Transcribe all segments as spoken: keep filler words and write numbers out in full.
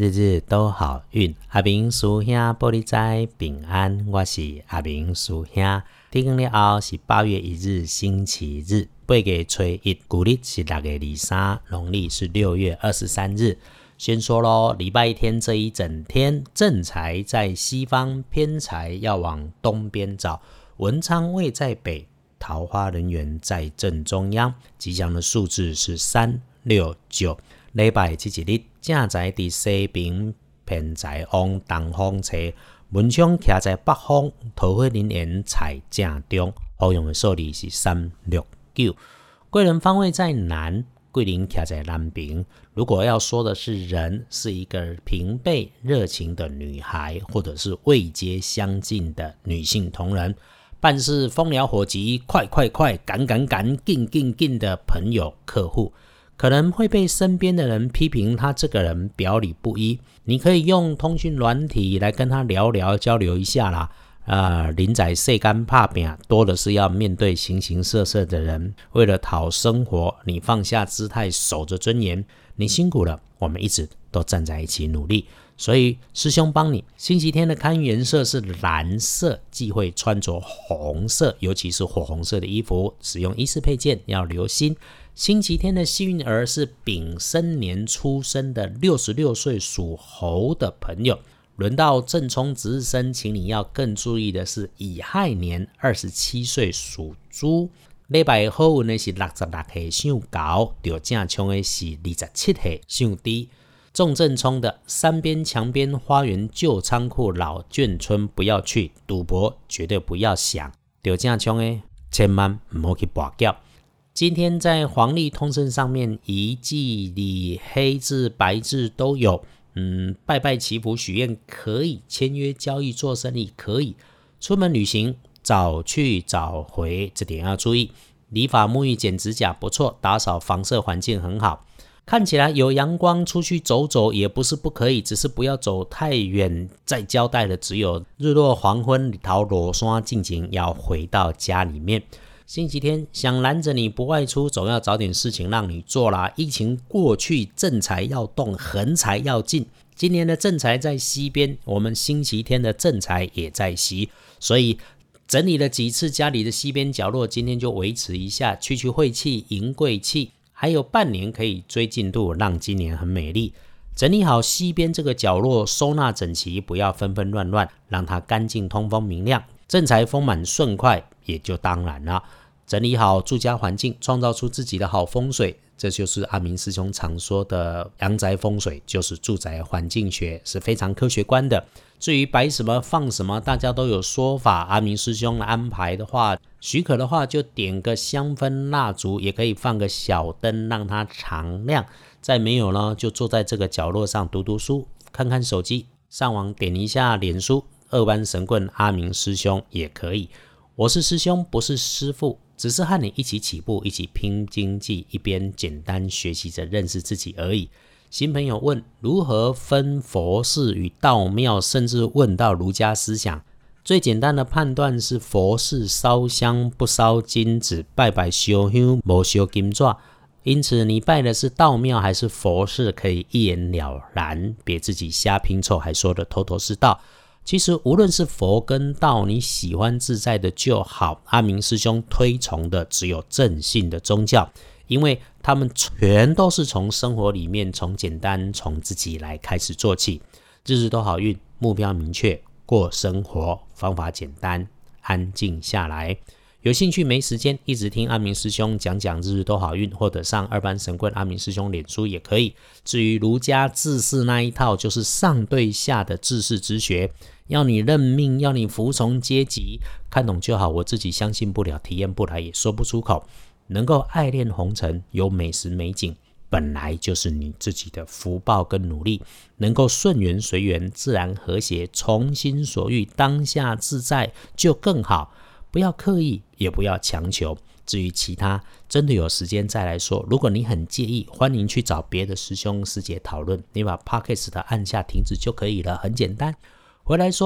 日日都好运。阿明师兄玻璃斋平安，我是阿明师兄。天光了后是八月一日星期日，八月初一，古历是六月二十三，农历是六月二十三日。先说咯，礼拜天这一整天，正财在西方，偏财要往东边找，文昌位在北，桃花人缘在正中央。吉祥的数字是三六九。礼拜这一日，正财在西边，偏财往东方找，文昌徛在北方，桃花人缘在正中。好用的数字是三六九。贵人方位在南，贵人徛在南边。如果要说的是人，是一个平辈热情的女孩，或者是位阶相近的女性同仁，办事风燎火急，快快快，赶赶赶，劲劲劲的朋友客户，可能会被身边的人批评他这个人表里不一。你可以用通讯软体来跟他聊聊交流一下啦。呃，人在世间打拼，多的是要面对形形色色的人。为了讨生活，你放下姿态，守着尊严，你辛苦了，我们一直都站在一起努力。所以师兄帮你。星期天的看颜色是蓝色，忌讳穿着红色，尤其是火红色的衣服。使用衣饰配件要留心。星期天的幸运儿是丙申年出生的六十六岁属猴的朋友。轮到正冲值日生，请你要更注意的是乙亥年二十七岁属猪。礼拜好运的是六十六岁属狗，对正冲的是二十七岁属猪。重正冲的山边、墙边、花园、旧仓库、老眷村不要去，赌博绝对不要想。对正冲的千万不要去博缴。今天在黄历通胜上面，一忌里黑字白字都有。嗯，拜拜祈福许愿可以，签约交易做生意可以，出门旅行早去早回，这点要注意。理发沐浴剪指甲不错，打扫房舍环境很好。看起来有阳光，出去走走也不是不可以，只是不要走太远。再交代的只有日落黄昏逃落山进行，要回到家里面。星期天想拦着你不外出，总要找点事情让你做啦。疫情过去，正财要动，横财要进。今年的正财在西边，我们星期天的正财也在西，所以整理了几次家里的西边角落，今天就维持一下，去去晦气，迎贵气。还有半年可以追进度，让今年很美丽。整理好西边这个角落，收纳整齐，不要纷纷乱乱，让它干净通风明亮，正财丰满顺快也就当然了。整理好住家环境，创造出自己的好风水，这就是阿明师兄常说的阳宅风水，就是住宅环境学，是非常科学观的。至于摆什么放什么，大家都有说法。阿明师兄安排的话，许可的话就点个香氛蜡烛，也可以放个小灯让它常亮。再没有呢，就坐在这个角落上读读书，看看手机，上网点一下脸书，二班神棍阿明师兄也可以。我是师兄，不是师父，只是和你一起起步，一起拼经济，一边简单学习着认识自己而已。新朋友问如何分佛寺与道庙，甚至问到儒家思想。最简单的判断是佛寺烧香不烧金纸，拜拜烧香不烧金纸。因此你拜的是道庙还是佛寺，可以一眼了然，别自己瞎拼凑还说的头头是道。其实无论是佛跟道，你喜欢自在的就好。阿明师兄推崇的只有正信的宗教，因为他们全都是从生活里面，从简单，从自己来开始做起。日日都好运，目标明确，过生活方法简单，安静下来。有兴趣没时间一直听阿明师兄讲讲日日都好运，或者上二班神棍阿明师兄脸书也可以。至于儒家治世那一套，就是上对下的治世之学，要你认命，要你服从阶级，看懂就好。我自己相信不了，体验不来，也说不出口。能够爱恋红尘，有美食美景，本来就是你自己的福报跟努力。能够顺缘随缘，自然和谐，从心所欲，当下自在就更好。不要刻意，也不要强求。至于其他，真的有时间再来说。如果你很介意，欢迎去找别的师兄师姐讨论。你把 Podcast 按下停止就可以了，很简单。回来说，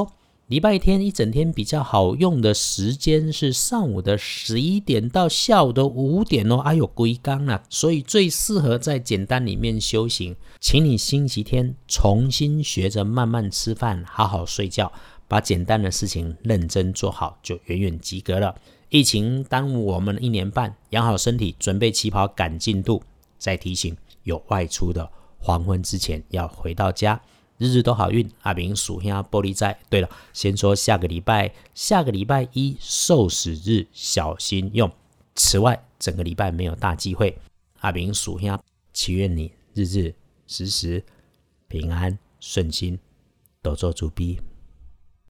礼拜天一整天比较好用的时间是上午的十一点到下午的五点哦，哎呦龟缸啦，所以最适合在简单里面修行。请你星期天重新学着慢慢吃饭，好好睡觉，把简单的事情认真做好，就远远及格了。疫情耽误我们一年半，养好身体，准备起跑赶进度。再提醒有外出的，黄昏之前要回到家。日日都好运，阿明属下玻璃斋。对了，先说下个礼拜，下个礼拜一受死日，小心用。此外，整个礼拜没有大忌讳，阿明属下祈愿你日日时时平安顺心，多做主逼。